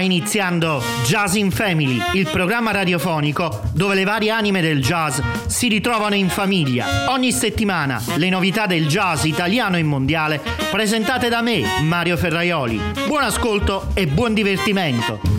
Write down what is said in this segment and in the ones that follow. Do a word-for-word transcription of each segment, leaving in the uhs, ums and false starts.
iniziando Jazz in Family, il programma radiofonico dove le varie anime del jazz si ritrovano in famiglia. Ogni settimana le novità del jazz italiano e mondiale presentate da me, Mario Ferraioli. Buon ascolto e buon divertimento.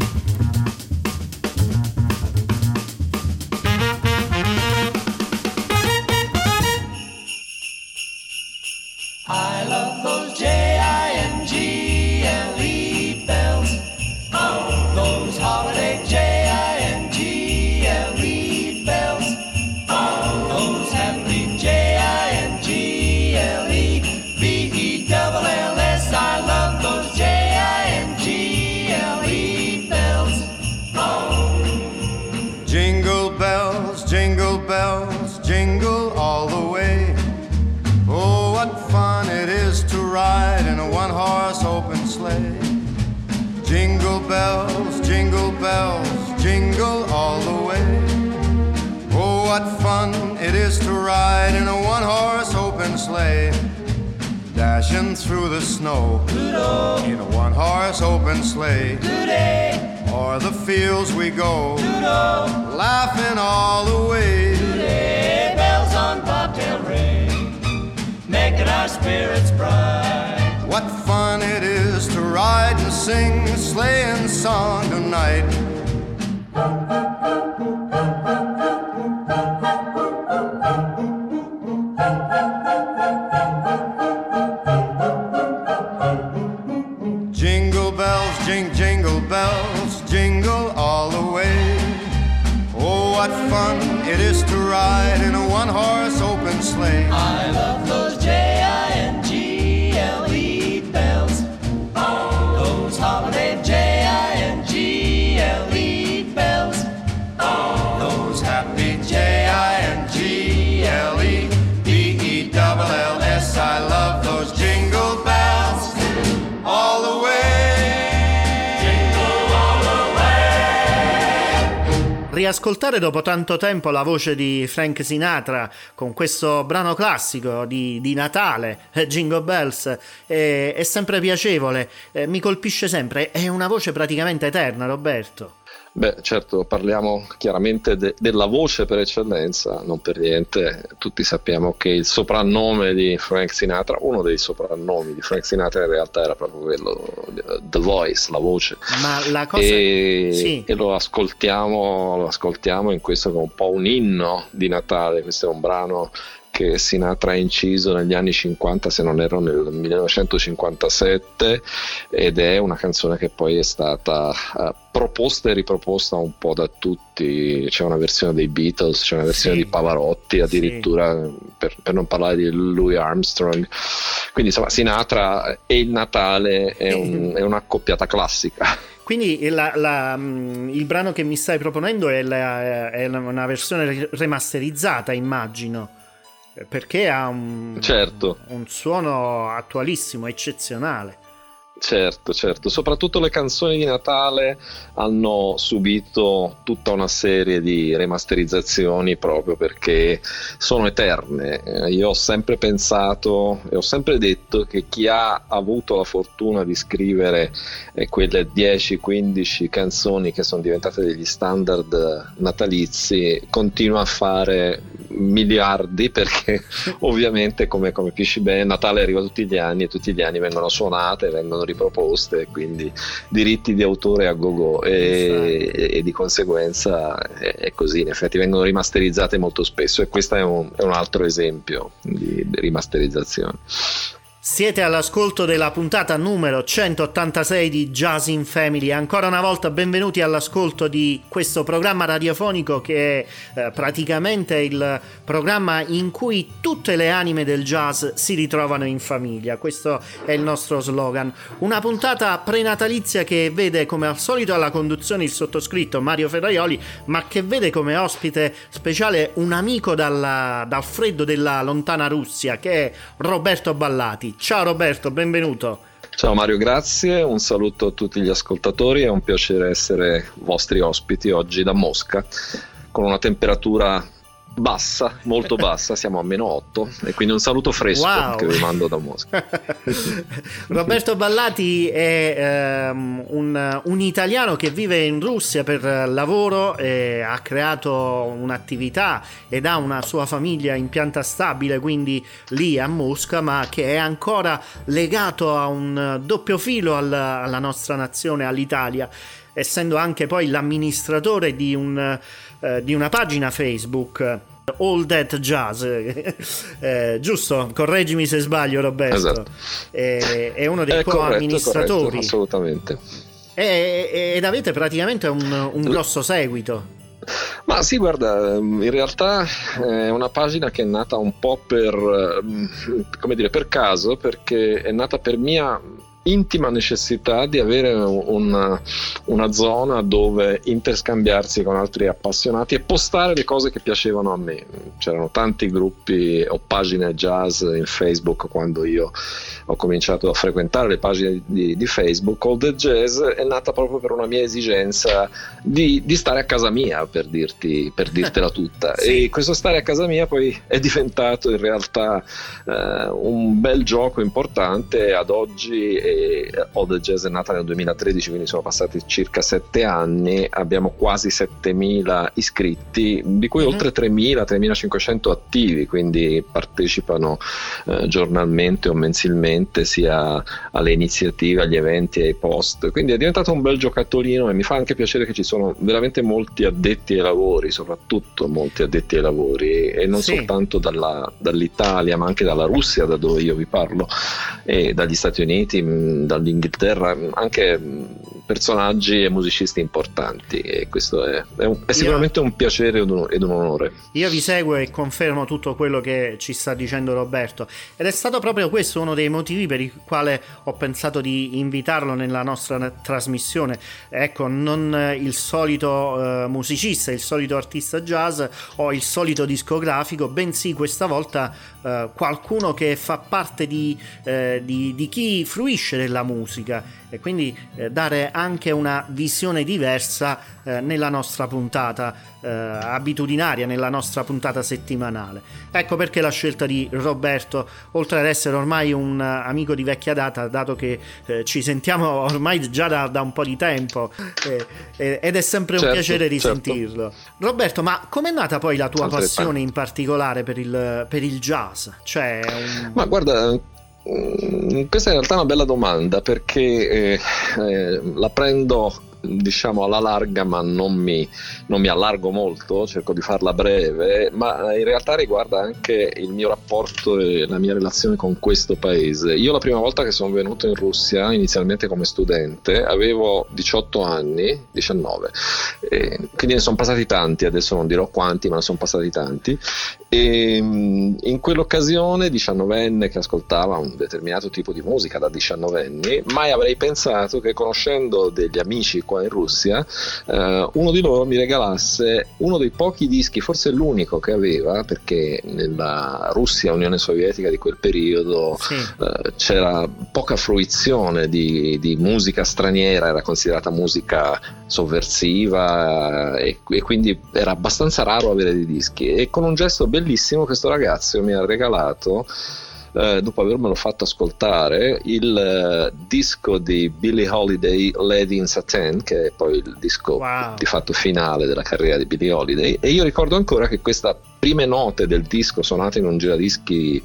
I love those J I N G L E bells, oh, those holiday J I N G L E bells, oh, those happy J I N G L E B E L L S. I love those J I N G L E bells, oh. Jingle bells, jingle bells, jingle all the way. Oh, what fun it is to ride in a one-horse open sleigh. Jingle bells, jingle bells, jingle all the way. Oh, what fun it is to ride in a one-horse open sleigh. Dashing through the snow Doodle, in a one-horse open sleigh. doody, O'er the fields we go, doodle, laughing all the way. doody, bells on bobtail ring, making our spirits bright. What fun it is to ride and sing a sleighing song tonight. Jingle bells, jing, jingle bells, jingle all the way. Oh, what fun it is to ride in a one-horse open sleigh. I love those J I N G L E bells, oh, those holiday J I N G L E bells, oh, Those happy J I N G L E B E L L S. I love those jingle bells all the way. Riascoltare dopo tanto tempo la voce di Frank Sinatra con questo brano classico di, di Natale, eh, Jingle Bells, eh, è sempre piacevole, eh, mi colpisce sempre, è una voce praticamente eterna, Roberto. Beh, certo, parliamo chiaramente de- della voce per eccellenza, non per niente. Tutti sappiamo che il soprannome di Frank Sinatra, uno dei soprannomi di Frank Sinatra in realtà era proprio quello, The Voice, la voce. Ma la cosa... E, sì. e lo ascoltiamo, lo ascoltiamo in questo che è un po' un inno di Natale. Questo è un brano che Sinatra ha inciso negli anni cinquanta, se non erro nel millenovecentocinquantasette, ed è una canzone che poi è stata uh, proposta e riproposta un po' da tutti. C'è una versione dei Beatles, c'è una versione sì. di Pavarotti addirittura, sì. per, per non parlare di Louis Armstrong. Quindi insomma Sinatra e il Natale è, un, è un'accoppiata classica. Quindi la, la, il brano che mi stai proponendo è, la, è una versione remasterizzata, immagino, perché ha un, certo. un suono attualissimo, eccezionale. Certo, certo, soprattutto le canzoni di Natale hanno subito tutta una serie di remasterizzazioni proprio perché sono eterne. Io ho sempre pensato e ho sempre detto che chi ha avuto la fortuna di scrivere eh, quelle dieci quindici canzoni che sono diventate degli standard natalizi continua a fare miliardi, perché ovviamente come, come capisci bene Natale arriva tutti gli anni e tutti gli anni vengono suonate, vengono riproposte, quindi diritti di autore a go-go e, e, e di conseguenza è, è così, in effetti vengono rimasterizzate molto spesso e questo è un, è un altro esempio di, di rimasterizzazione. Siete all'ascolto della puntata numero centottantasei di Jazz in Family. Ancora una volta benvenuti all'ascolto di questo programma radiofonico che è eh, praticamente il programma in cui tutte le anime del jazz si ritrovano in famiglia. Questo è il nostro slogan. Una puntata prenatalizia che vede come al solito alla conduzione il sottoscritto Mario Ferraioli, ma che vede come ospite speciale un amico dalla, dal freddo della lontana Russia, che è Roberto Ballati. Ciao Roberto, benvenuto. Ciao Mario, grazie, un saluto a tutti gli ascoltatori, è un piacere essere vostri ospiti oggi da Mosca con una temperatura Bassa, molto bassa, siamo a meno otto, e quindi un saluto fresco wow. che vi mando da Mosca. Roberto Ballati è um, un, un italiano che vive in Russia per lavoro, e ha creato un'attività ed ha una sua famiglia in pianta stabile, quindi lì a Mosca, ma che è ancora legato a un doppio filo alla, alla nostra nazione, all'Italia, essendo anche poi l'amministratore di, un, eh, di una pagina Facebook, All That Jazz, eh, giusto? Correggimi se sbaglio, Roberto. Esatto. È, è uno dei è co-amministratori. Corretto, corretto, assolutamente. E, ed avete praticamente un, un grosso seguito. Ma sì, guarda, in realtà è una pagina che è nata un po' per, come dire, per caso, perché è nata per mia intima necessità di avere una, una zona dove interscambiarsi con altri appassionati e postare le cose che piacevano a me. C'erano tanti gruppi o pagine jazz in Facebook quando io ho cominciato a frequentare le pagine di, di Facebook. All That Jazz è nata proprio per una mia esigenza di, di stare a casa mia, per dirti, per dirtela tutta. Sì. E questo stare a casa mia poi è diventato in realtà eh, un bel gioco importante. Ad oggi All That Jazz è nata nel duemilatredici, quindi sono passati circa sette anni, abbiamo quasi settemila iscritti, di cui mm-hmm. oltre tremila tremilacinquecento attivi, quindi partecipano eh, giornalmente o mensilmente sia alle iniziative, agli eventi e ai post, quindi è diventato un bel giocattolino, e mi fa anche piacere che ci sono veramente molti addetti ai lavori, soprattutto molti addetti ai lavori, e non sì. soltanto dalla, dall'Italia, ma anche dalla Russia, da dove io vi parlo, e dagli Stati Uniti, dall'Inghilterra, anche personaggi e musicisti importanti, e questo è, è, un, è sicuramente io, un piacere ed un, ed un onore. Io vi seguo e confermo tutto quello che ci sta dicendo Roberto, ed è stato proprio questo uno dei motivi per il quale ho pensato di invitarlo nella nostra trasmissione. Ecco, non il solito uh, musicista, il solito artista jazz o il solito discografico, bensì questa volta uh, qualcuno che fa parte di, uh, di, di chi fruisce della musica, e quindi eh, dare anche una visione diversa eh, nella nostra puntata eh, abitudinaria, nella nostra puntata settimanale. Ecco perché la scelta di Roberto, oltre ad essere ormai un amico di vecchia data, dato che eh, ci sentiamo ormai già da, da un po' di tempo, eh, eh, ed è sempre certo, un piacere risentirlo. Certo. Roberto, ma com'è nata poi la tua passione in particolare per il, per il jazz? Cioè un... Ma guarda, questa è in realtà una bella domanda, perché eh, eh, la prendo diciamo alla larga, ma non mi, non mi allargo molto, cerco di farla breve, ma in realtà riguarda anche il mio rapporto e la mia relazione con questo paese. Io la prima volta che sono venuto in Russia, inizialmente come studente, avevo diciotto anni, diciannove, e quindi ne sono passati tanti, adesso non dirò quanti, ma ne sono passati tanti, e in quell'occasione, diciannovenne che ascoltava un determinato tipo di musica da diciannovenni, mai avrei pensato che, conoscendo degli amici qua in Russia, eh, uno di loro mi regalasse uno dei pochi dischi, forse l'unico che aveva, perché nella Russia, Unione Sovietica di quel periodo, sì. eh, c'era poca fruizione di, di musica straniera, era considerata musica sovversiva, e, e quindi era abbastanza raro avere dei dischi, e con un gesto bellissimo questo ragazzo mi ha regalato, Uh, dopo avermelo fatto ascoltare, il uh, disco di Billie Holiday, Lady in Satin, che è poi il disco wow. di fatto finale della carriera di Billie Holiday, e io ricordo ancora che questa prime note del disco, suonate in un giradischi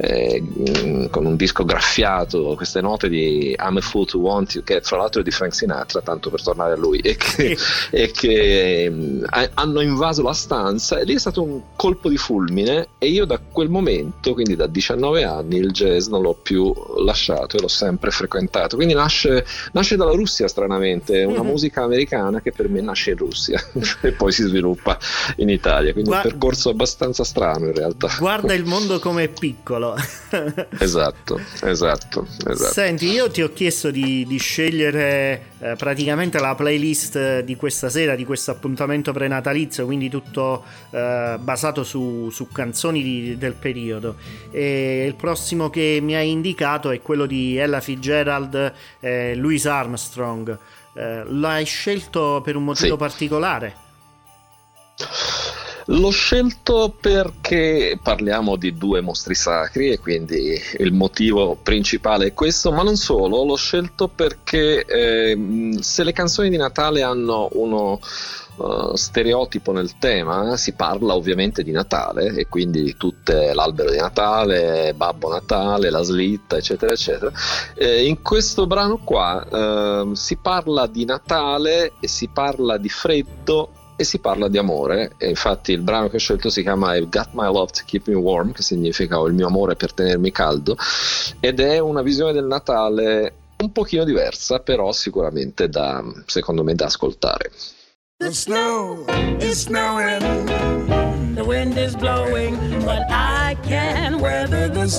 eh, con un disco graffiato, queste note di I'm a Fool to Want You, che fra l'altro è di Frank Sinatra, tanto per tornare a lui, e che, e che eh, hanno invaso la stanza, e lì è stato un colpo di fulmine, e io da quel momento, quindi da diciannove anni, il jazz non l'ho più lasciato e l'ho sempre frequentato. Quindi nasce, nasce dalla Russia, stranamente, è una mm-hmm. musica americana che per me nasce in Russia e poi si sviluppa in Italia, quindi Gua- un percorso abbastanza strano in realtà. Guarda il mondo come è piccolo. esatto, esatto, esatto. Senti, io ti ho chiesto di, di scegliere eh, praticamente la playlist di questa sera, di questo appuntamento prenatalizio, quindi tutto eh, basato su, su canzoni di, del periodo, e il prossimo che mi hai indicato è quello di Ella Fitzgerald e Louis Armstrong. Eh, l'hai scelto per un motivo sì. particolare? L'ho scelto perché parliamo di due mostri sacri e quindi il motivo principale è questo, ma non solo, l'ho scelto perché eh, se le canzoni di Natale hanno uno Uh, stereotipo nel tema, si parla ovviamente di Natale e quindi di tutte l'albero di Natale, Babbo Natale, la slitta, eccetera eccetera. Eh, in questo brano qua uh, si parla di Natale e si parla di freddo e si parla di amore, e infatti il brano che ho scelto si chiama I've Got My Love to Keep Me Warm, che significa ho il mio amore per tenermi caldo, ed è una visione del Natale un pochino diversa, però sicuramente da, secondo me, da ascoltare. The snow is snowing, the wind is blowing, but I can weather the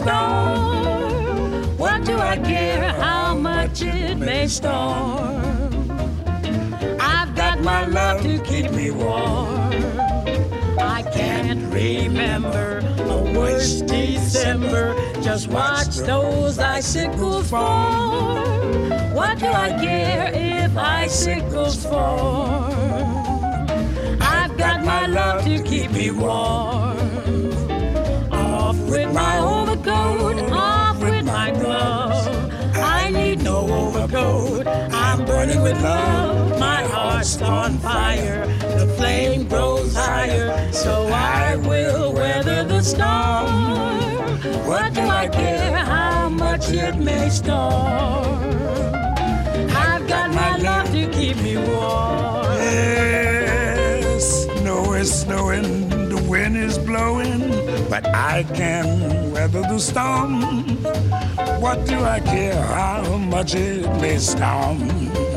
storm. What do I care how much it may storm? I've got my love to keep me warm. I can't remember a worse December. Just watch those icicles fall. What do I care if icicles fall? I've got my love to keep me warm. Off with my overcoat, off with my glove. I need no overcoat, I'm burning with love. My heart's on fire, the flame grows higher, so I will weather the storm. What do I care how much it may storm? I've got my love to keep me warm. Yes, snow is snowing, the wind is blowing, but I can weather the storm. What do I care how much it may storm?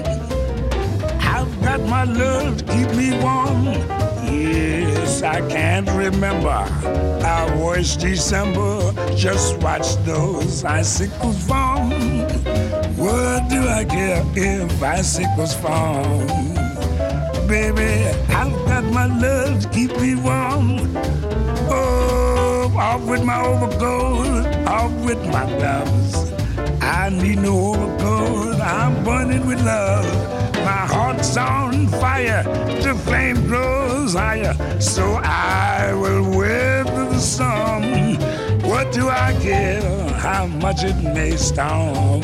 I've got my love to keep me warm. Yes, I can't remember our worst December. Just watch those icicles fall. What do I care if icicles fall? Baby, I've got my love to keep me warm. Oh, off with my overcoat, off with my gloves. I need no overcoat, I'm burning with love. My heart's on fire, the flame grows higher, so I will weather the storm. What do I care how much it may storm?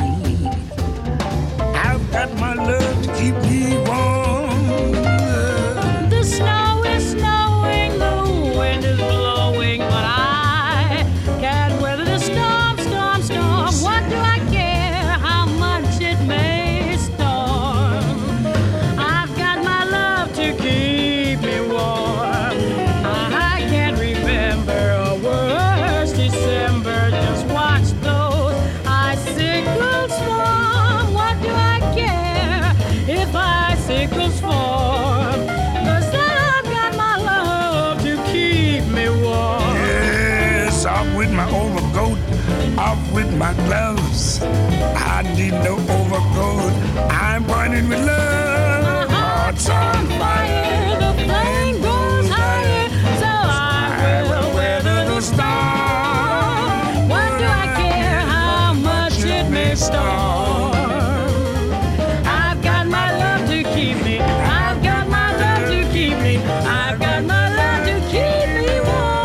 I've got my love to keep me warm. The snow is snowing, the wind is blowing, but I can't weather the storm, storm, storm. What do I care how much it may storm? I've got my love to keep me warm. I can't remember a worse December. Just watch those icicles fall. What do I care if icicles fall? 'Cause I've got my love to keep me warm. Yes, off with my overcoat, off with my gloves. I need no overcoat, I'm burning with love. My heart's on fire, the flame goes higher, so I will weather the storm. What do I care how much it may storm? I've got my love to keep me, I've got my love to keep me, I've got my love to keep me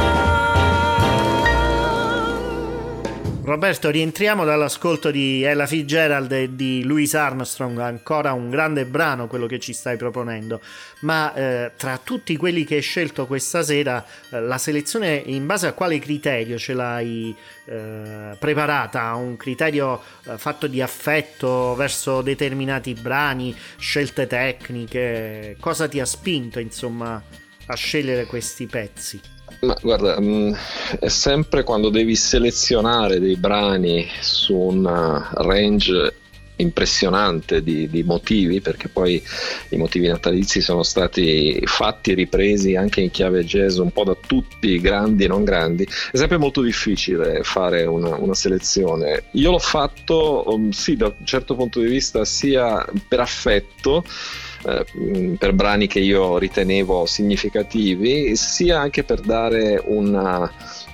warm. Roberto, rientriamo dall'ascolto di Ella Fitzgerald e di Louis Armstrong, ancora un grande brano quello che ci stai proponendo, ma eh, tra tutti quelli che hai scelto questa sera, eh, la selezione in base a quale criterio ce l'hai eh, preparata? Un criterio eh, fatto di affetto verso determinati brani, scelte tecniche? Cosa ti ha spinto insomma a scegliere questi pezzi? Ma guarda, mh, è sempre quando devi selezionare dei brani su un range impressionante di, di motivi, perché poi i motivi natalizi sono stati fatti, ripresi anche in chiave jazz un po' da tutti, grandi e non grandi, è sempre molto difficile fare una, una selezione. Io l'ho fatto um, sì, da un certo punto di vista, sia per affetto, eh, per brani che io ritenevo significativi, sia anche per dare una,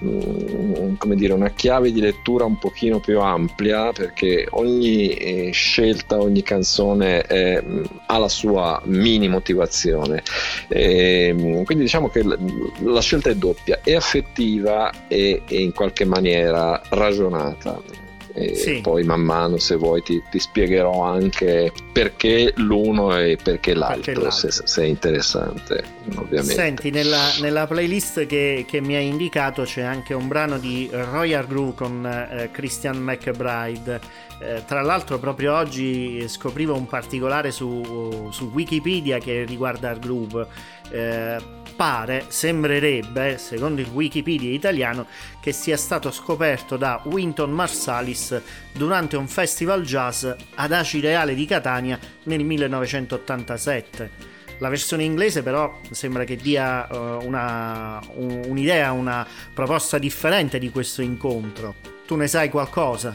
mh, come dire, una chiave di lettura un pochino più amplia, perché ogni eh, scelta, ogni canzone è, mh, ha la sua mini motivazione, e, mh, quindi diciamo che la, la scelta è doppia, è affettiva e, e in qualche maniera ragionata. E sì. Poi man mano, se vuoi, ti, ti spiegherò anche perché l'uno e perché l'altro, perché l'altro. Se, se è interessante, ovviamente. Senti, nella, nella playlist che, che mi hai indicato c'è anche un brano di Royal Groove con eh, Christian McBride. Eh, tra l'altro proprio oggi scoprivo un particolare su, su Wikipedia che riguarda il groove. Eh, pare, sembrerebbe, secondo il Wikipedia italiano, che sia stato scoperto da Wynton Marsalis durante un festival jazz ad Acireale di Catania nel millenovecentottantasette. La versione inglese però sembra che dia uh, una, un, un'idea, una proposta differente di questo incontro. Tu ne sai qualcosa?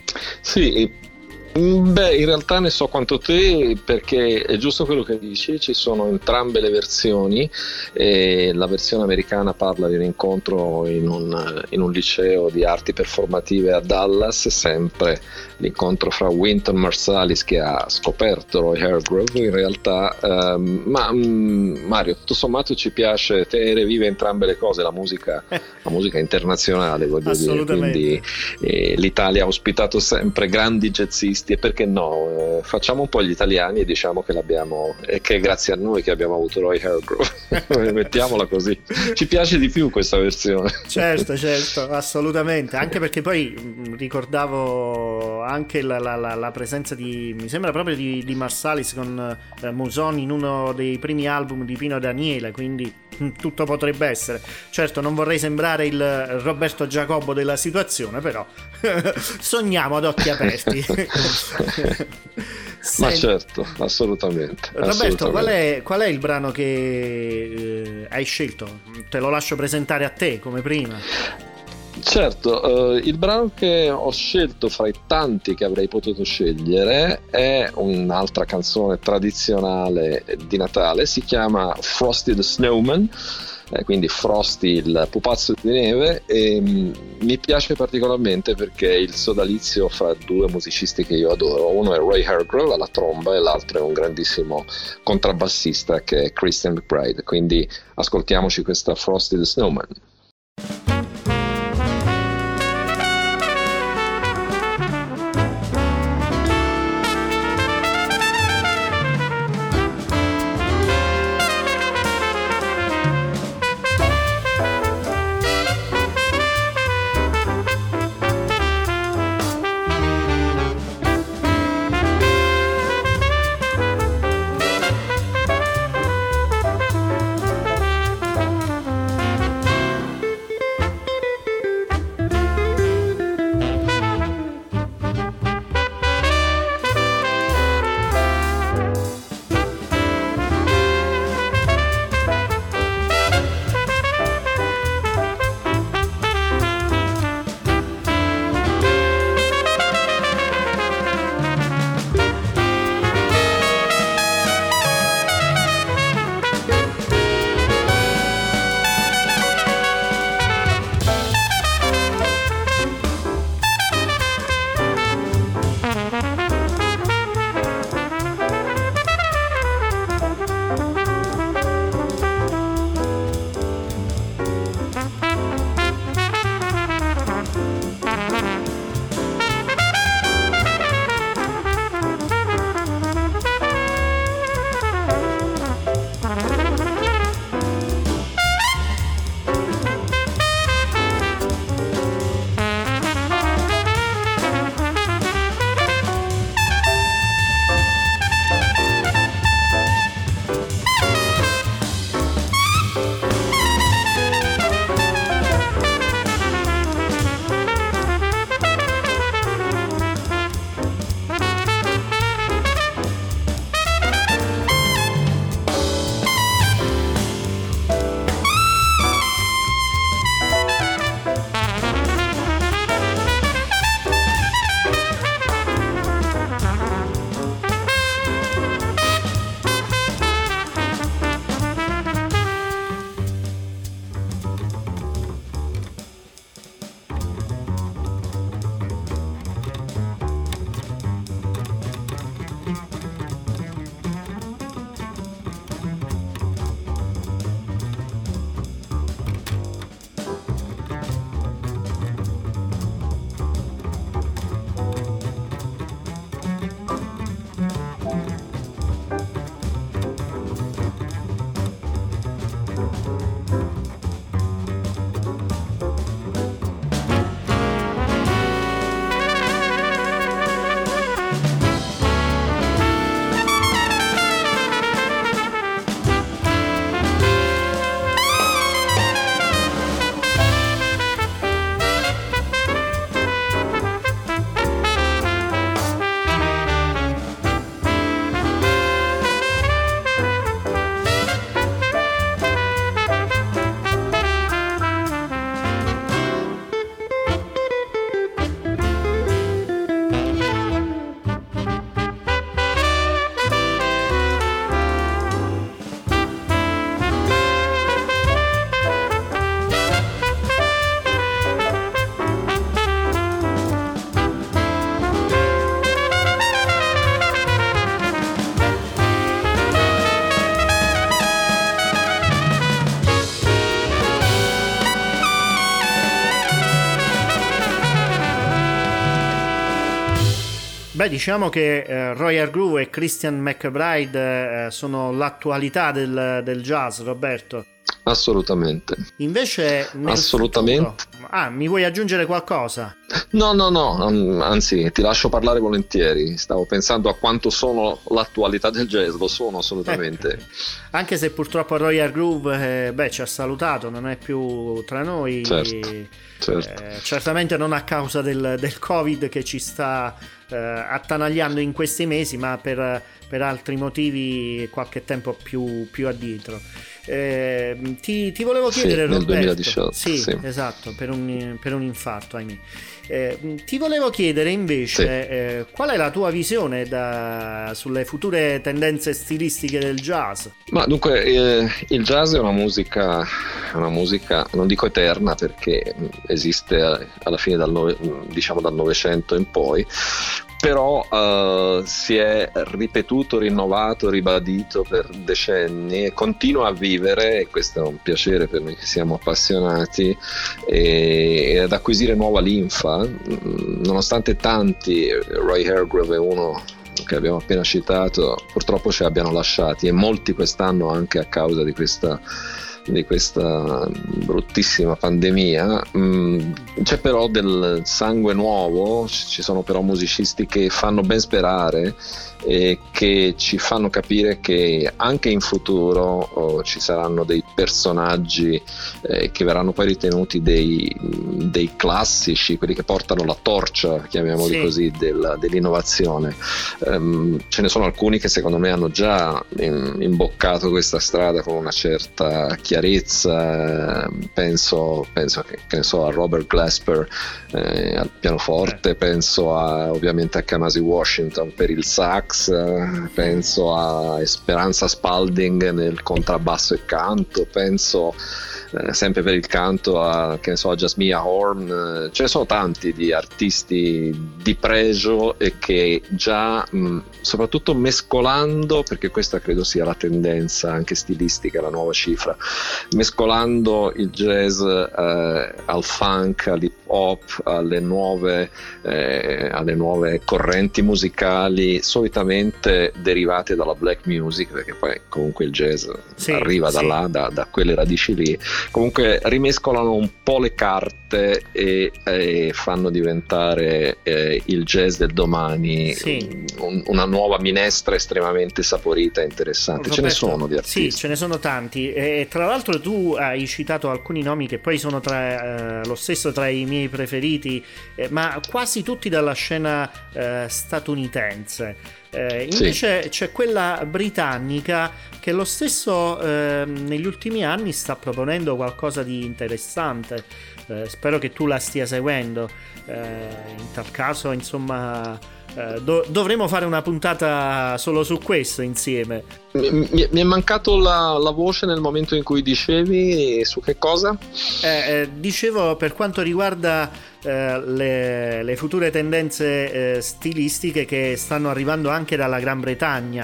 Sì, beh, in realtà ne so quanto te, perché è giusto quello che dici, ci sono entrambe le versioni, e la versione americana parla di un incontro in un, in un liceo di arti performative a Dallas, sempre l'incontro fra Wynton Marsalis, che ha scoperto Roy Hargrove in realtà, ehm, ma mh, Mario, tutto sommato ci piace tenere vive entrambe le cose, la musica, la musica internazionale, voglio dire, quindi eh, l'Italia ha ospitato sempre grandi jazzisti, e perché no, eh, facciamo un po' gli italiani e diciamo che l'abbiamo, e che è grazie a noi che abbiamo avuto Roy Hargrove. Mettiamola così, ci piace di più questa versione. Certo, certo, assolutamente, anche perché poi mh, ricordavo anche la, la, la, la presenza di, mi sembra proprio di, di Marsalis con eh, Musoni in uno dei primi album di Pino Daniele, quindi mh, tutto potrebbe essere. Certo, non vorrei sembrare il Roberto Giacobbo della situazione, però sogniamo ad occhi aperti. Ma certo, assolutamente. Roberto, assolutamente. Qual, è, qual è il brano che eh, hai scelto? Te lo lascio presentare a te come prima. Certo, uh, il brano che ho scelto fra i tanti che avrei potuto scegliere è un'altra canzone tradizionale di Natale, si chiama Frosty the Snowman, eh, quindi Frosty il pupazzo di neve, e mh, mi piace particolarmente perché è il sodalizio fra due musicisti che io adoro. Uno è Roy Hargrove alla tromba e l'altro è un grandissimo contrabbassista che è Christian McBride, quindi ascoltiamoci questa Frosty the Snowman. Beh, diciamo che eh, Roy Hargrove e Christian McBride eh, sono l'attualità del, del jazz, Roberto. Assolutamente. Invece nel Assolutamente. futuro... Ah, mi vuoi aggiungere qualcosa? No, no, no, anzi ti lascio parlare volentieri. Stavo pensando a quanto sono l'attualità del jazz, lo sono assolutamente. Ecco. Anche se purtroppo Roy Hargrove eh, beh, ci ha salutato, non è più tra noi. Certo, certo. Eh, certamente non a causa del, del Covid che ci sta eh, attanagliando in questi mesi, ma per, per altri motivi qualche tempo più, più addietro. Eh, ti, ti volevo chiedere, sì, nel Roberto, duemiladiciotto, sì, sì, esatto, per un, per un infarto, ahimè. Eh, ti volevo chiedere invece sì. eh, qual è la tua visione da, sulle future tendenze stilistiche del jazz? Ma dunque eh, il jazz è una musica, una musica non dico eterna perché esiste alla fine dal nove, diciamo dal Novecento in poi, però uh, si è ripetuto, rinnovato, ribadito per decenni e continua a vivere, e questo è un piacere per noi che siamo appassionati, e ad acquisire nuova linfa, nonostante tanti, Roy Hargrove è uno che abbiamo appena citato, purtroppo ci abbiano lasciati, e molti quest'anno anche a causa di questa di questa bruttissima pandemia. Mm, c'è però del sangue nuovo, ci sono però musicisti che fanno ben sperare e che ci fanno capire che anche in futuro oh, ci saranno dei personaggi eh, che verranno poi ritenuti dei, dei classici, quelli che portano la torcia, chiamiamoli sì. così, del, dell'innovazione. Um, ce ne sono alcuni che secondo me hanno già in, imboccato questa strada con una certa chiarezza, penso, penso che, che ne so, a Robert Glasper eh, al pianoforte, eh. penso a, ovviamente a Kamasi Washington per il sax, penso a Esperanza Spalding nel contrabbasso e canto, penso eh, sempre per il canto a, che ne so, a Jasmia Horn. Ce ne sono tanti di artisti di pregio e che già mh, soprattutto mescolando, perché questa credo sia la tendenza anche stilistica, la nuova cifra, mescolando il jazz eh, al funk, all'hip hop, alle nuove, eh, alle nuove correnti musicali solitamente derivate dalla black music, perché poi comunque il jazz sì, arriva da sì. là, da, da quelle radici lì. Comunque rimescolano un po' le carte e, e fanno diventare eh, il jazz del domani sì. un, una nuova minestra estremamente saporita e interessante. Roberto, ce ne sono di artisti. Sì, ce ne sono tanti, e tra l'altro tu hai citato alcuni nomi che poi sono tra, eh, lo stesso tra i miei preferiti, eh, ma quasi tutti dalla scena eh, statunitense. Eh, invece sì. c'è quella britannica che lo stesso eh, negli ultimi anni sta proponendo qualcosa di interessante. Eh, spero che tu la stia seguendo. Eh, in tal caso, insomma, eh, do- dovremo fare una puntata solo su questo insieme. Mi, mi, mi è mancato la, la voce nel momento in cui dicevi su che cosa? Eh, eh, dicevo per quanto riguarda eh, le, le future tendenze eh, stilistiche che stanno arrivando anche dalla Gran Bretagna.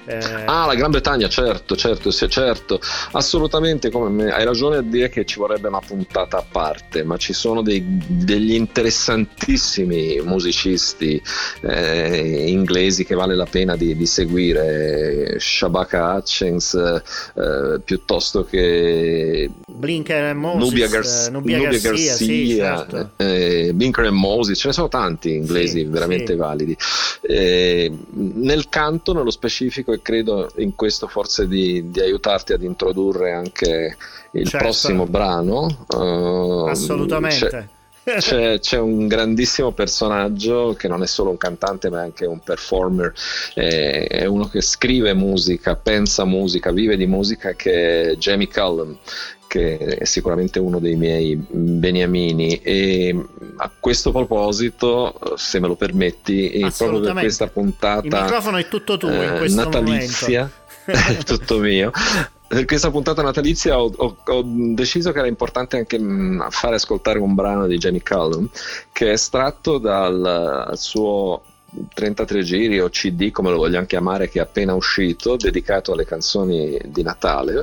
Eh... Ah, la Gran Bretagna, certo, certo, sì, certo, assolutamente, come me, hai ragione a dire che ci vorrebbe una puntata a parte, ma ci sono dei, degli interessantissimi musicisti eh, inglesi che vale la pena di, di seguire, Shabaka Hutchins, eh, piuttosto che Blinker e Moses, Nubia, Gar- Nubia Nubia Garcia, Garcia, sì, certo. eh, Blinker e Moses, ce ne sono tanti inglesi sì, veramente sì. validi. Eh, nel canto, nello specifico, e credo in questo forse di, di aiutarti ad introdurre anche il certo. prossimo brano. Uh, Assolutamente. C'è, c'è, c'è un grandissimo personaggio che non è solo un cantante ma è anche un performer, è, è uno che scrive musica, pensa musica, vive di musica, che è Jamie Cullum, che è sicuramente uno dei miei beniamini. E a questo proposito, se me lo permetti, proprio per questa puntata il microfono è tutto tuo in eh, questo natalizia è tutto mio. Per questa puntata natalizia ho, ho, ho deciso che era importante anche mh, fare ascoltare un brano di Jamie Cullum, che è estratto dal suo trentatré giri o C D, come lo vogliamo chiamare, che è appena uscito, dedicato alle canzoni di Natale,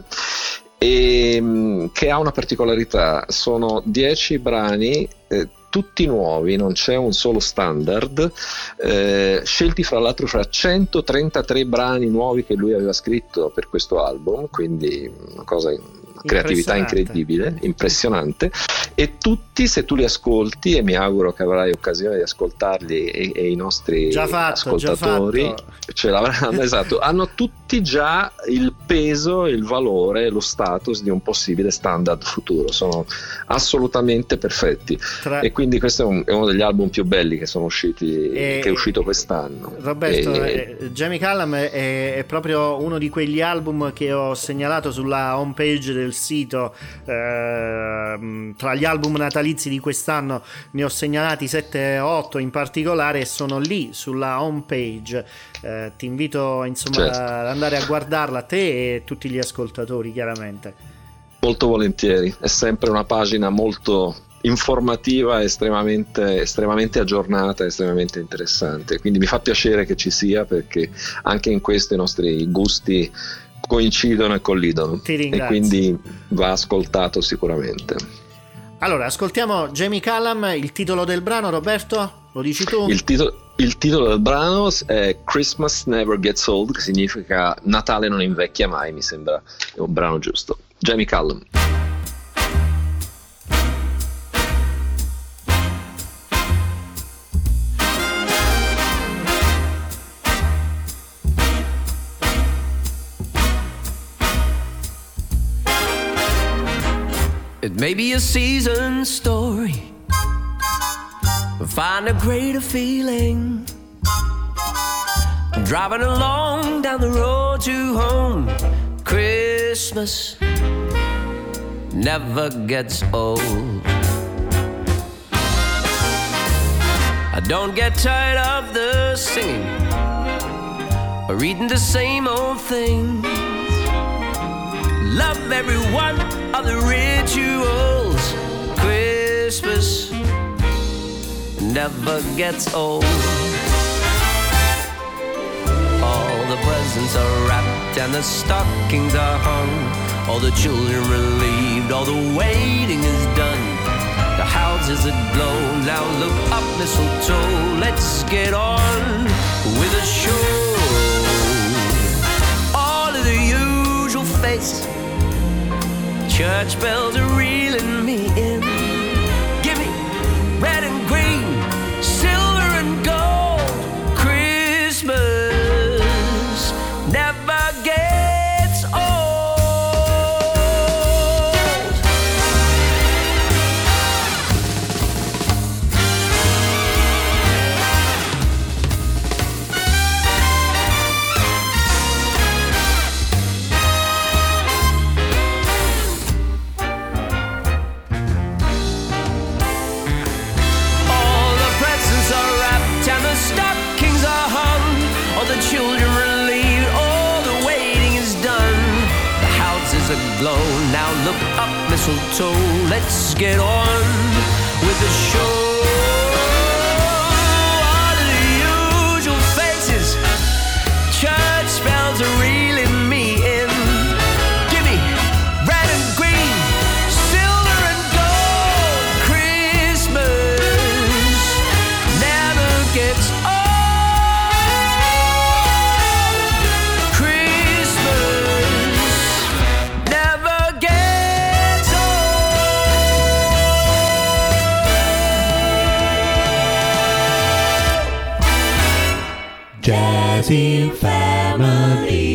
e mh, che ha una particolarità: sono dieci brani, eh, tutti nuovi, non c'è un solo standard, eh, scelti fra l'altro fra centotrentatré brani nuovi che lui aveva scritto per questo album, quindi una cosa, una creatività incredibile, impressionante, e tutti, se tu li ascolti, e mi auguro che avrai occasione di ascoltarli, e, e i nostri già fatto, ascoltatori già fatto. ce l'avranno, esatto, hanno tutti già il peso, il valore, lo status di un possibile standard futuro, sono assolutamente perfetti. Tra... e quindi questo è, un, è uno degli album più belli che sono usciti, e... che è uscito quest'anno. Roberto, e... eh, Jamie Cullum è, è proprio uno di quegli album che ho segnalato sulla homepage del sito. Eh, tra gli album natalizi di quest'anno ne ho segnalati sette otto in particolare, e sono lì sulla homepage. Eh, ti invito insomma certo. ad andare a guardarla, te e tutti gli ascoltatori, chiaramente. Molto volentieri, è sempre una pagina molto informativa, estremamente, estremamente aggiornata, estremamente interessante, quindi mi fa piacere che ci sia, perché anche in questo i nostri gusti coincidono e collidono, e quindi va ascoltato sicuramente. Allora, ascoltiamo Jamie Cullum. Il titolo del brano, Roberto, lo dici tu? Il titolo, il titolo del brano è Christmas Never Gets Old, che significa Natale non invecchia mai, mi sembra un brano giusto. Jamie Cullum. It may be a season story, find a greater feeling, driving along down the road to home. Christmas never gets old. I don't get tired of the singing or reading the same old things. Love every one of the rituals. Christmas never gets old. All the presents are wrapped and the stockings are hung. All the children relieved, all the waiting is done. The house is aglow, now look up mistletoe. Let's get on with the show. All of the usual faces, church bells are reeling me in. Give me red and green, silver and gold. Christmas never gets old. Children relieved, all the waiting is done. The house is aglow, now look up mistletoe. Let's get on with the show. All of the usual faces, church bells are Jazzin' Family.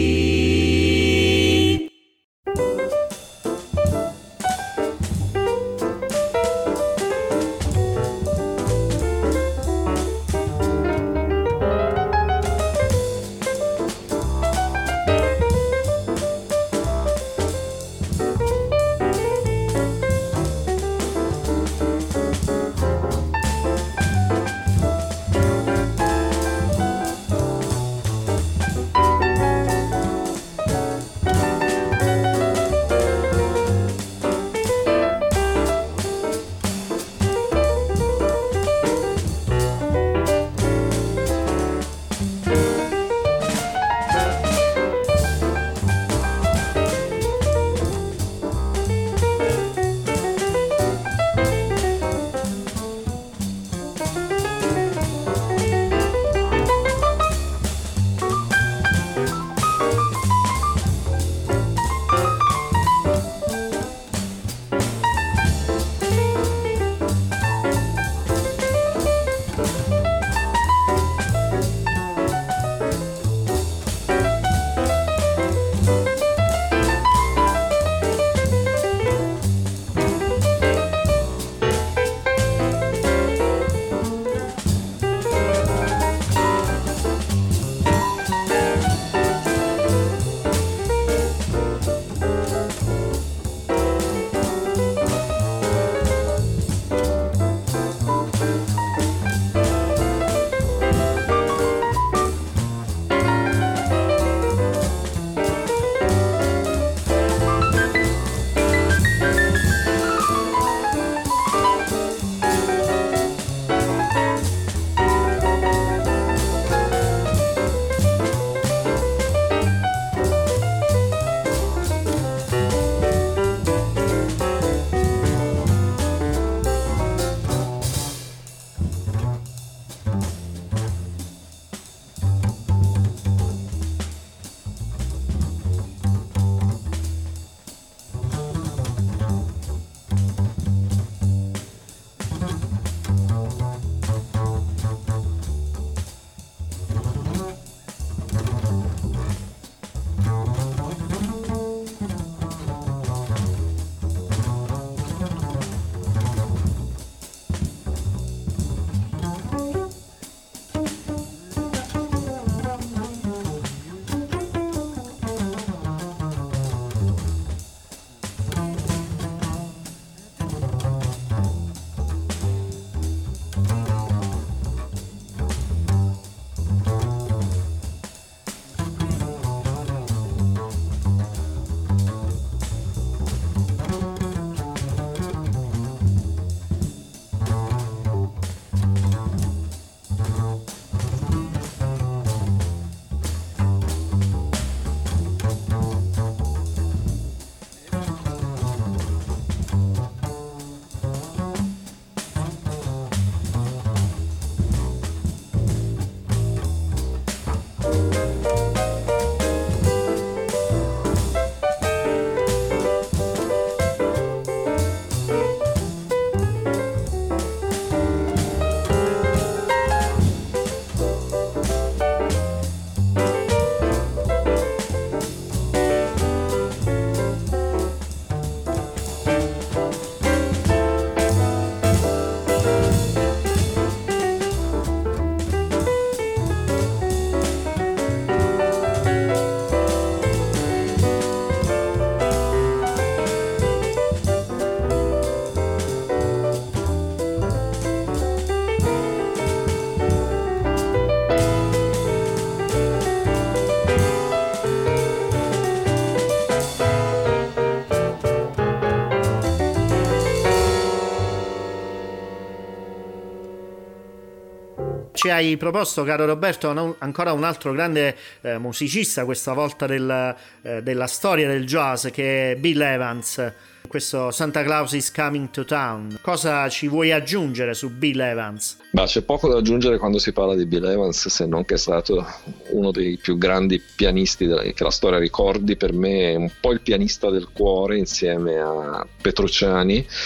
Ci hai proposto, caro Roberto, un, ancora un altro grande eh, musicista, questa volta del, eh, della storia del jazz, che è Bill Evans. Questo Santa Claus is Coming to Town. Cosa ci vuoi aggiungere su Bill Evans? Bah, c'è poco da aggiungere quando si parla di Bill Evans, se non che è stato uno dei più grandi pianisti che la storia ricordi. Per me è un po' il pianista del cuore insieme a Petrucciani,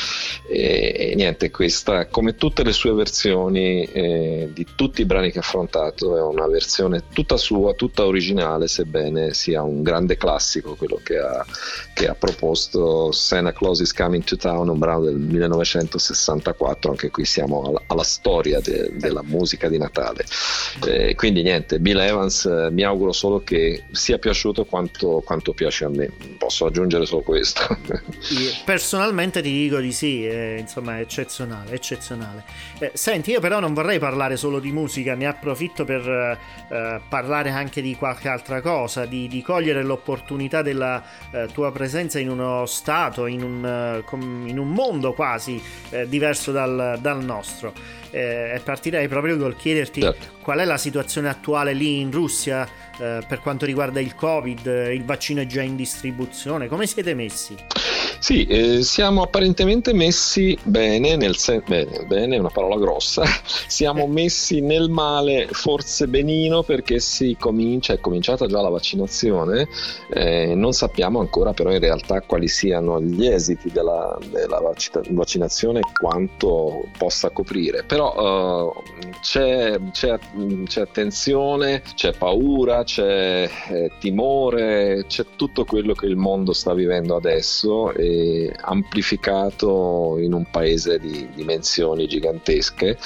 e, e niente, questa, come tutte le sue versioni eh, di tutti i brani che ha affrontato, è una versione tutta sua, tutta originale, sebbene sia un grande classico quello che ha, che ha proposto. Santa Claus is Coming to Town, un brano del millenovecentosessantaquattro, anche qui siamo alla, alla storia de, della musica di Natale. Eh, quindi niente, Bill Evans, eh, mi auguro solo che sia piaciuto quanto, quanto piace a me, posso aggiungere solo questo. Personalmente ti dico di sì, eh, insomma è eccezionale, eccezionale. Eh, senti, io però non vorrei parlare solo di musica, ne approfitto per eh, parlare anche di qualche altra cosa, di, di cogliere l'opportunità della eh, tua presenza in uno stato, in un, uh, in un mondo quasi eh, diverso dal, dal nostro. Eh, e partirei proprio col chiederti certo. qual è la situazione attuale lì in Russia eh, per quanto riguarda il Covid, il vaccino è già in distribuzione, come siete messi? Sì, eh, siamo apparentemente messi bene, nel sen- bene, bene è una parola grossa, siamo messi nel male forse benino, perché si comincia, è cominciata già la vaccinazione, eh, non sappiamo ancora però in realtà quali siano gli esiti della, della vac- vaccinazione e quanto possa coprire, però uh, c'è, c'è, c'è attenzione, c'è paura, c'è eh, timore, c'è tutto quello che il mondo sta vivendo adesso, e amplificato in un paese di dimensioni gigantesche.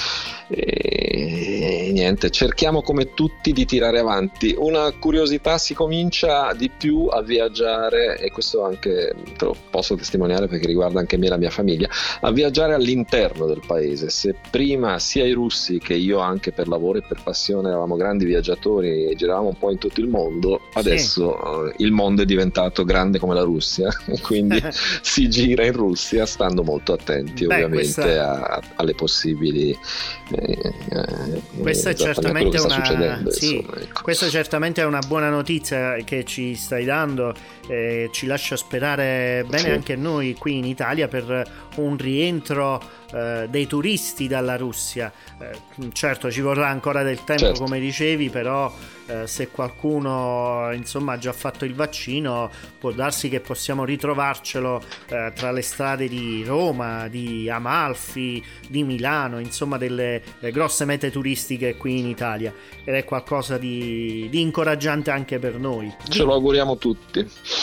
E niente, cerchiamo come tutti di tirare avanti. Una curiosità, si comincia di più a viaggiare, e questo anche te lo posso testimoniare perché riguarda anche me e la mia famiglia, a viaggiare all'interno del paese. Se prima sia i russi che io anche per lavoro e per passione eravamo grandi viaggiatori e giravamo un po' in tutto il mondo, adesso sì. il mondo è diventato grande come la Russia, quindi si gira in Russia stando molto attenti. Beh, ovviamente questa... a, alle possibili eh, eh, questa è certamente una sì, insomma, ecco. Questa certamente è una buona notizia che ci stai dando, eh, ci lascia sperare bene sì. anche noi qui in Italia per un rientro eh, dei turisti dalla Russia. Eh, certo ci vorrà ancora del tempo, certo. come dicevi, però eh, se qualcuno insomma ha già fatto il vaccino può darsi che possiamo ritrovarcelo eh, tra le strade di Roma, di Amalfi, di Milano, insomma delle eh, grosse mete turistiche qui in Italia, ed è qualcosa di, di incoraggiante anche per noi. Ce lo auguriamo tutti.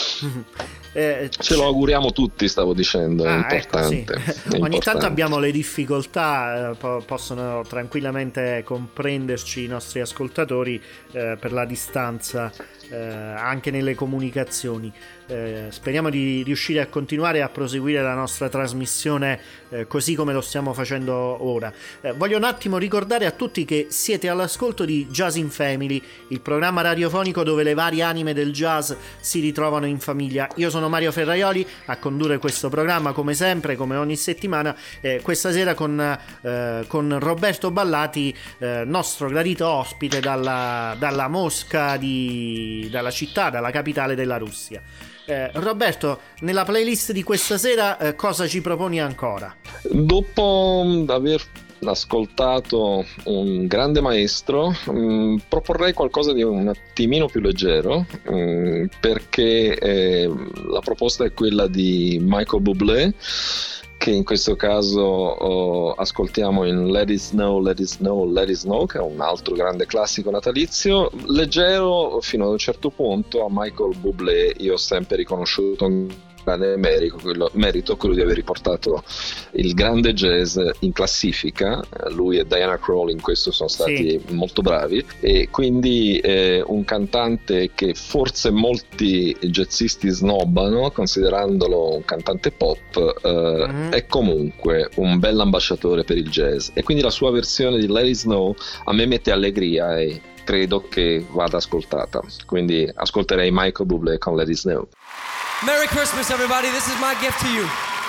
Eh, ce lo auguriamo tutti, stavo dicendo, è ah, importante, ecco, sì. è Ogni importante. tanto abbiamo le difficoltà, eh, po- possono tranquillamente comprenderci i nostri ascoltatori eh, per la distanza eh, anche nelle comunicazioni. Eh, speriamo di riuscire a continuare a proseguire la nostra trasmissione eh, così come lo stiamo facendo ora. Eh, voglio un attimo ricordare a tutti che siete all'ascolto di Jazz in Family, il programma radiofonico dove le varie anime del jazz si ritrovano in famiglia. Io sono Mario Ferraioli a condurre questo programma come sempre, come ogni settimana, eh, questa sera con, eh, con Roberto Ballati, eh, nostro gradito ospite dalla, dalla Mosca, di, dalla città, dalla capitale della Russia. Eh, Roberto, nella playlist di questa sera eh, cosa ci proponi ancora? Dopo aver ascoltato un grande maestro, mh, proporrei qualcosa di un attimino più leggero, mh, perché eh, la proposta è quella di Michael Bublé, che in questo caso oh, ascoltiamo in Let It Snow, Let It Snow, Let It Snow, che è un altro grande classico natalizio, leggero fino ad un certo punto. A Michael Bublé io ho sempre riconosciuto un grande merito quello, merito quello di aver riportato il grande jazz in classifica. Lui e Diana Krall in questo sono stati sì. molto bravi, e quindi eh, un cantante che forse molti jazzisti snobbano considerandolo un cantante pop, eh, mm-hmm. è comunque un bel ambasciatore per il jazz, e quindi la sua versione di Let It Snow a me mette allegria e credo che vada ascoltata, quindi ascolterei Michael Bublé con Let It Snow. Merry Christmas, everybody. This is my gift to you.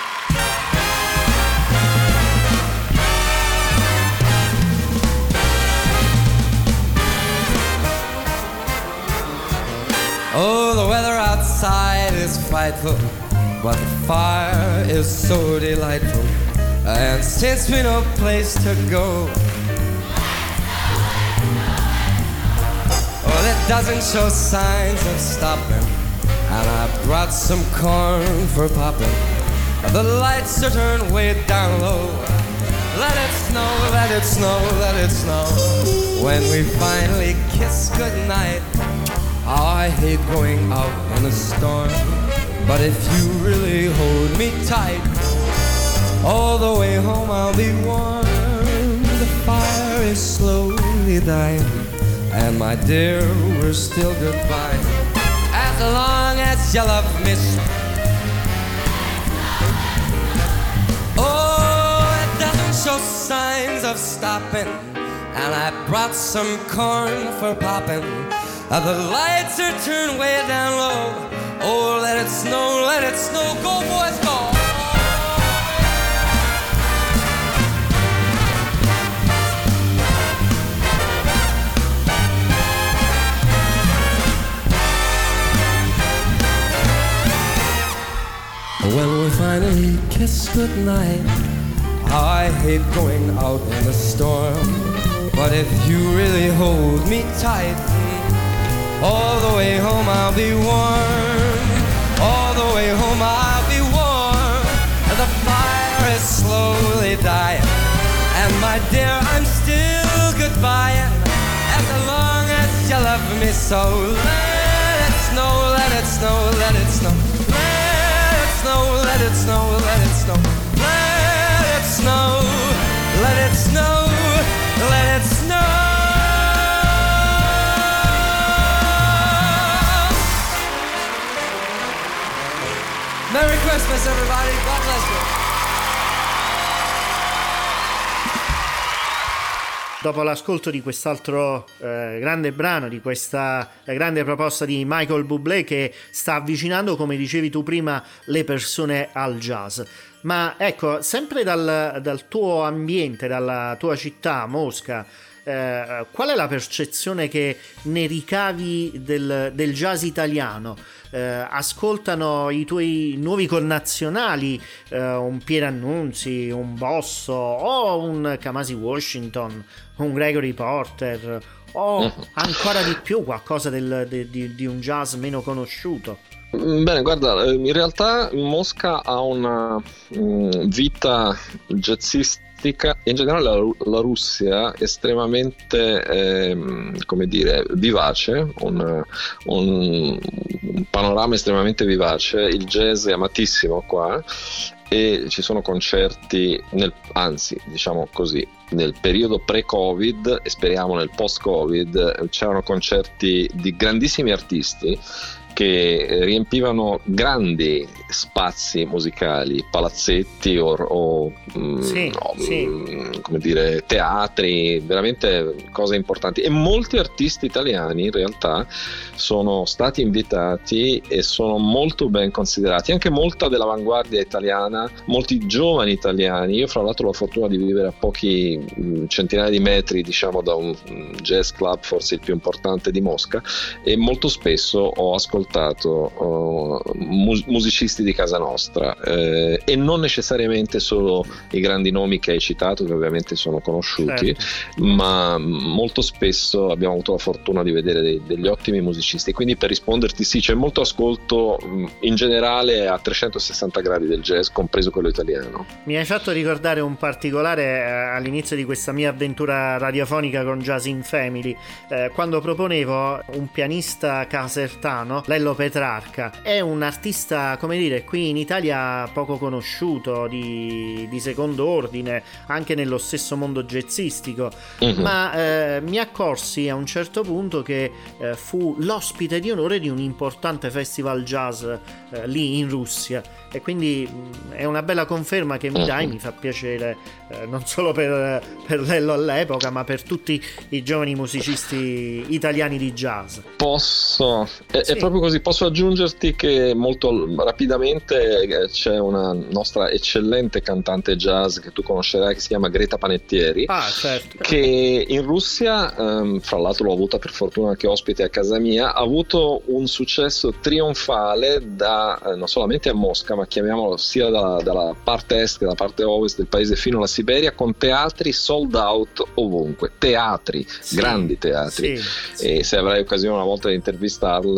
Oh, the weather outside is frightful, but the fire is so delightful, and since we no place to go, well, it doesn't show signs of stopping, and I brought some corn for popping. The lights are turned way down low. Let it snow, let it snow, let it snow. When we finally kiss goodnight, oh, I hate going out in a storm. But if you really hold me tight, all the way home I'll be warm. The fire is slowly dying, and my dear, we're still goodbye. As long as you love me. Oh, it doesn't show signs of stopping, and I brought some corn for popping. Uh, the lights are turned way down low. Oh, let it snow, let it snow. Go, boys, go. When we finally kiss goodnight, I hate going out in the storm. But if you really hold me tight, all the way home I'll be warm. All the way home I'll be warm. The fire is slowly dying, and my dear, I'm still goodbying. As long as you love me so, let it snow, let it snow, let it snow. Let it snow, let it snow, let it snow, let it snow, let it snow. Merry Christmas, everybody. God bless you. Dopo l'ascolto di quest'altro eh, grande brano, di questa eh, grande proposta di Michael Bublé che sta avvicinando, come dicevi tu prima, le persone al jazz. Ma ecco, sempre dal, dal tuo ambiente, dalla tua città, Mosca, eh, qual è la percezione che ne ricavi del, del jazz italiano? Eh, ascoltano i tuoi nuovi connazionali eh, un Pierannunzi, un Bosso o un Kamasi Washington, un Gregory Porter o ancora di più qualcosa del, de, di, di un jazz meno conosciuto? Bene, guarda, in realtà Mosca ha una um, vita jazzistica, in generale la, la Russia è estremamente eh, come dire, vivace, un, un, un panorama estremamente vivace, il jazz è amatissimo qua e ci sono concerti, nel, anzi diciamo così, nel periodo pre-Covid e speriamo nel post-Covid c'erano concerti di grandissimi artisti che riempivano grandi spazi musicali, palazzetti o, o, sì, o sì. come dire, teatri, veramente cose importanti. E molti artisti italiani in realtà sono stati invitati e sono molto ben considerati, anche molta dell'avanguardia italiana, molti giovani italiani. Io fra l'altro ho la fortuna di vivere a pochi centinaia di metri, diciamo, da un jazz club forse il più importante di Mosca, e molto spesso ho ascoltato Uh, mus- musicisti di casa nostra eh, e non necessariamente solo i grandi nomi che hai citato, che ovviamente sono conosciuti, certo. Ma molto spesso abbiamo avuto la fortuna di vedere dei, degli ottimi musicisti. Quindi per risponderti, sì, c'è molto ascolto in generale a trecentosessanta gradi del jazz, compreso quello italiano. Mi hai fatto ricordare un particolare eh, all'inizio di questa mia avventura radiofonica con Jazz in Family, eh, quando proponevo un pianista casertano, Lello Petrarca. È un artista, come dire, qui in Italia poco conosciuto, di, di secondo ordine anche nello stesso mondo jazzistico, uh-huh. ma eh, mi accorsi a un certo punto che eh, fu l'ospite di onore di un importante festival jazz eh, lì in Russia, e quindi mh, è una bella conferma che mi dai, mi fa piacere eh, non solo per, per Lello all'epoca, ma per tutti i giovani musicisti italiani di jazz. Posso, è, sì. è proprio così. Posso aggiungerti che molto rapidamente c'è una nostra eccellente cantante jazz che tu conoscerai, che si chiama Greta Panettieri, ah, certo. che in Russia, um, fra l'altro l'ho avuta per fortuna anche ospite a casa mia, ha avuto un successo trionfale da eh, non solamente a Mosca, ma chiamiamolo sia dalla, dalla parte est che dalla parte ovest del paese fino alla Siberia, con teatri sold out ovunque, teatri, sì, grandi teatri, sì, sì. E se avrai occasione una volta di intervistarla, fa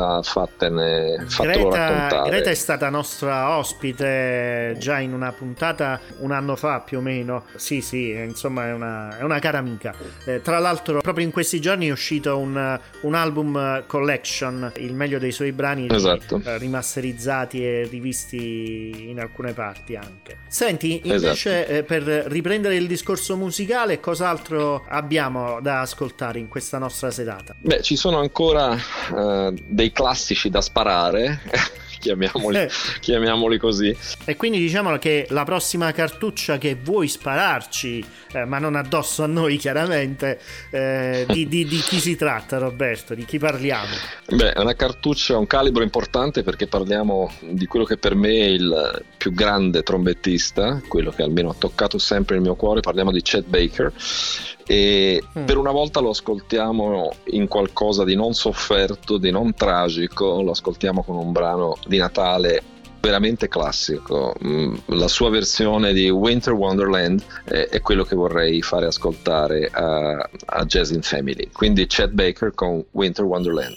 fattene, fatelo Greta, raccontare. Greta è stata nostra ospite già in una puntata un anno fa più o meno. Sì, sì, insomma è una, è una cara amica. Eh, tra l'altro proprio in questi giorni è uscito un, un album collection, il meglio dei suoi brani, esatto. eh, rimasterizzati e rivisti in alcune parti anche. Senti, invece, esatto. eh, per riprendere il discorso musicale, cos'altro abbiamo da ascoltare in questa nostra serata? Beh, ci sono ancora uh, dei classici da sparare. Chiamiamoli, eh. chiamiamoli così. E quindi diciamo che la prossima cartuccia che vuoi spararci, eh, ma non addosso a noi chiaramente, eh, di, di, di chi si tratta, Roberto? Di chi parliamo? Beh, è una cartuccia, un calibro importante, perché parliamo di quello che per me è il più grande trombettista, quello che almeno ha toccato sempre il mio cuore. Parliamo di Chet Baker, e mm. per una volta lo ascoltiamo in qualcosa di non sofferto, di non tragico. Lo ascoltiamo con un brano di Natale veramente classico. La sua versione di Winter Wonderland è, è quello che vorrei fare ascoltare a, a Jazz in Family. Quindi Chet Baker con Winter Wonderland.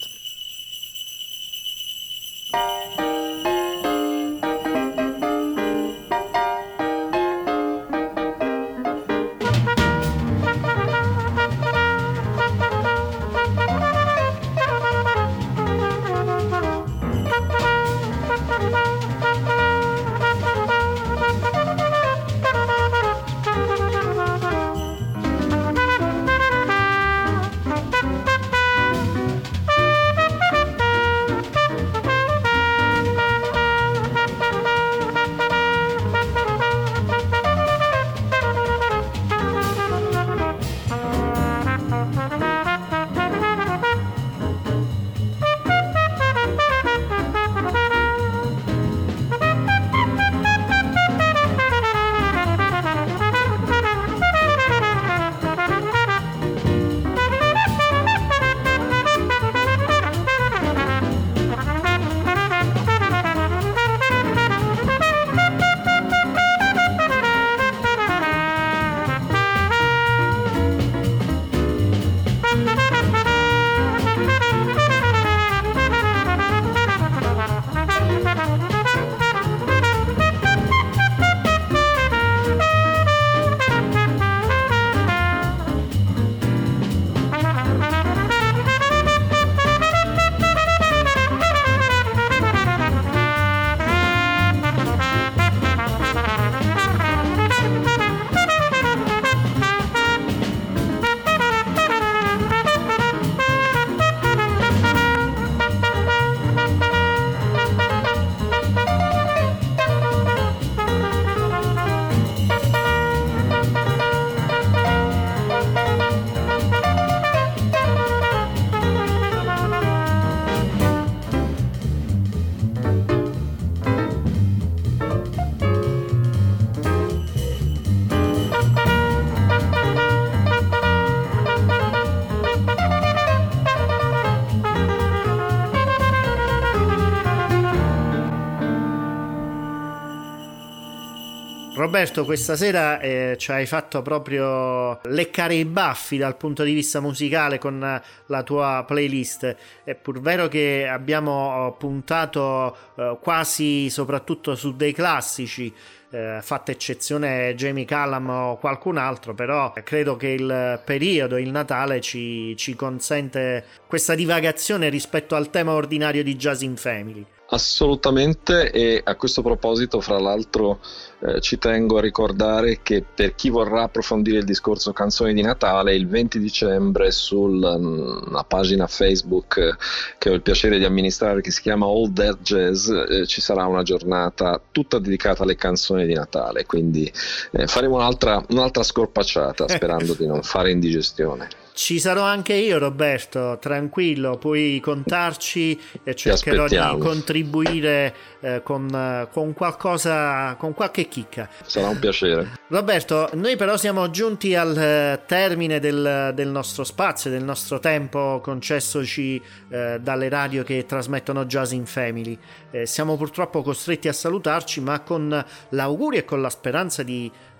Roberto, questa sera eh, ci hai fatto proprio leccare i baffi dal punto di vista musicale con la tua playlist. È pur vero che abbiamo puntato eh, quasi soprattutto su dei classici, eh, fatta eccezione Jamie Cullum o qualcun altro, però credo che il periodo, il Natale, ci, ci consente questa divagazione rispetto al tema ordinario di Jazz in Family. Assolutamente, e a questo proposito, fra l'altro, eh, ci tengo a ricordare che per chi vorrà approfondire il discorso canzoni di Natale, il venti dicembre sulla um, pagina Facebook eh, che ho il piacere di amministrare, che si chiama All That Jazz, eh, ci sarà una giornata tutta dedicata alle canzoni di Natale, quindi eh, faremo un'altra, un'altra scorpacciata, sperando di non fare indigestione. Ci sarò anche io, Roberto, tranquillo, puoi contarci e cercherò di contribuire eh, con, con qualcosa, con qualche chicca. Sarà un piacere. Roberto, noi però siamo giunti al termine del, del nostro spazio, del nostro tempo concessoci eh, dalle radio che trasmettono Jazz in Family. Eh, siamo purtroppo costretti a salutarci, ma con l'augurio e con la speranza di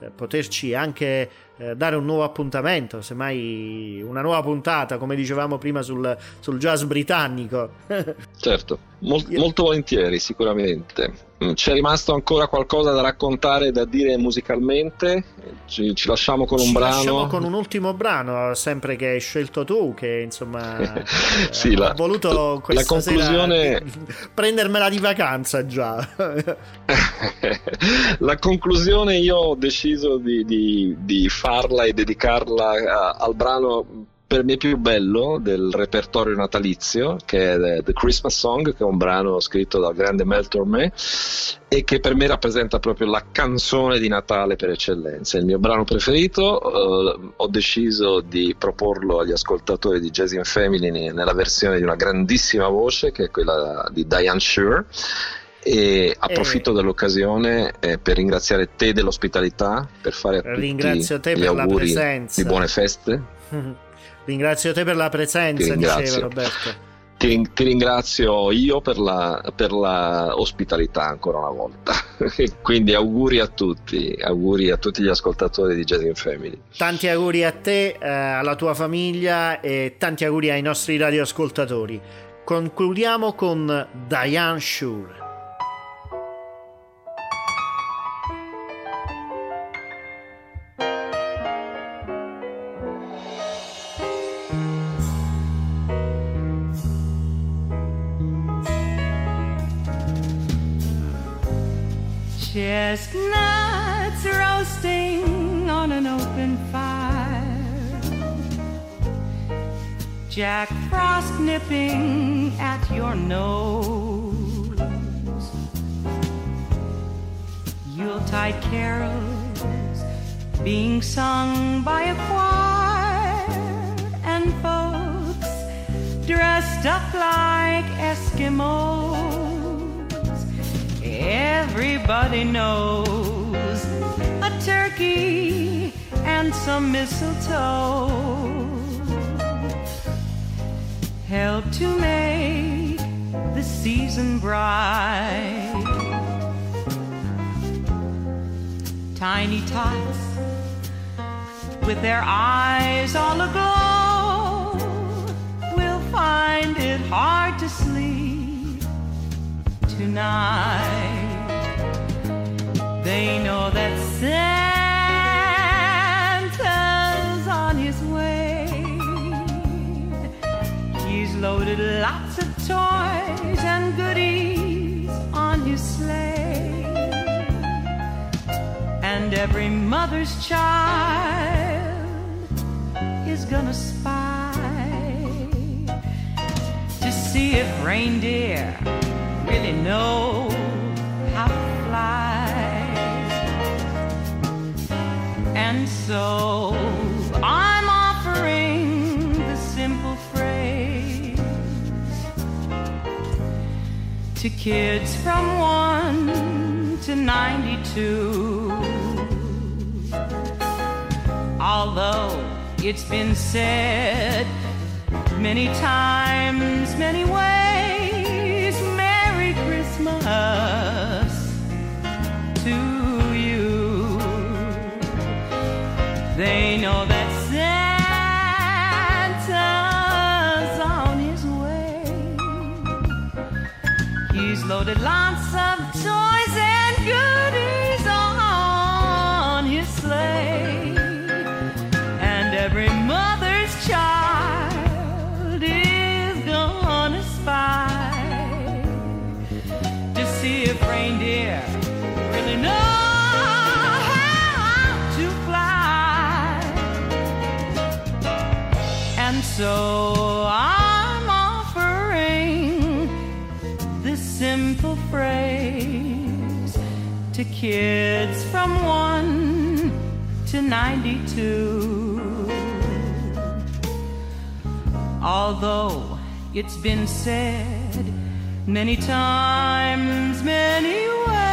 eh, poterci anche eh, dare un nuovo appuntamento, semmai una nuova puntata, come dicevamo prima sul, sul jazz britannico. Certo, Mol- molto volentieri, sicuramente. C'è rimasto ancora qualcosa da raccontare, da dire musicalmente? Ci, ci lasciamo con un ci brano? Ci lasciamo con un ultimo brano, sempre che hai scelto tu, che insomma sì, eh, la, ho voluto questa la conclusione... sera prendermela di vacanza già. La conclusione io ho deciso di, di, di farla e dedicarla a, al brano per me più bello del repertorio natalizio, che è The Christmas Song, che è un brano scritto dal grande Mel Tormé e che per me rappresenta proprio la canzone di Natale per eccellenza, il mio brano preferito. Uh, ho deciso di proporlo agli ascoltatori di Jazz in Family nella versione di una grandissima voce, che è quella di Diane Shure, e approfitto eh, dell'occasione eh, per ringraziare te dell'ospitalità, per fare a tutti ringrazio te gli per auguri la presenza. Di buone feste. Ringrazio te per la presenza, diceva Roberto. Ti, ti ringrazio io per la, per la ospitalità ancora una volta. Quindi auguri a tutti, auguri a tutti gli ascoltatori di Jazz in Family. Tanti auguri a te, eh, alla tua famiglia, e tanti auguri ai nostri radioascoltatori. Concludiamo con Diane Shure. Chestnuts roasting on an open fire, Jack Frost nipping at your nose, Yuletide carols being sung by a choir, and folks dressed up like Eskimos. Everybody knows a turkey and some mistletoe help to make the season bright. Tiny tots with their eyes all aglow will find it hard to sleep tonight. They know that Santa's on his way. He's loaded lots of toys and goodies on his sleigh, and every mother's child is gonna spy to see if reindeer really know how to fly. And so I'm offering the simple phrase to kids from one to ninety-two. Although it's been said many times, many ways, Merry Christmas to you. They know that Santa's on his way. He's loaded lots of toys and goodies on his sleigh, and every mother's child is gonna spy to see if reindeer really know So I'm offering this simple phrase to kids from one to ninety-two. Although it's been said many times, many ways,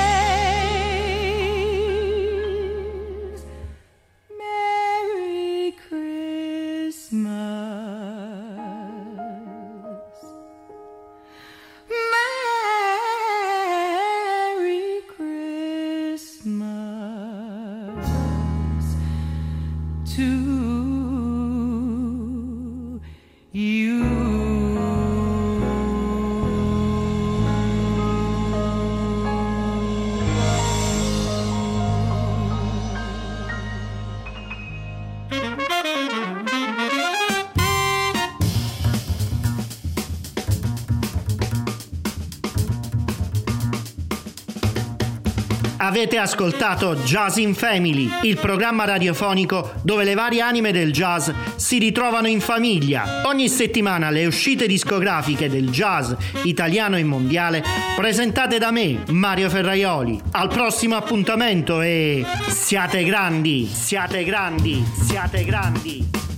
Merry Christmas. Merry Christmas. to you. Avete ascoltato Jazz in Family, il programma radiofonico dove le varie anime del jazz si ritrovano in famiglia. Ogni settimana le uscite discografiche del jazz italiano e mondiale presentate da me, Mario Ferraioli. Al prossimo appuntamento e siate grandi, siate grandi, siate grandi.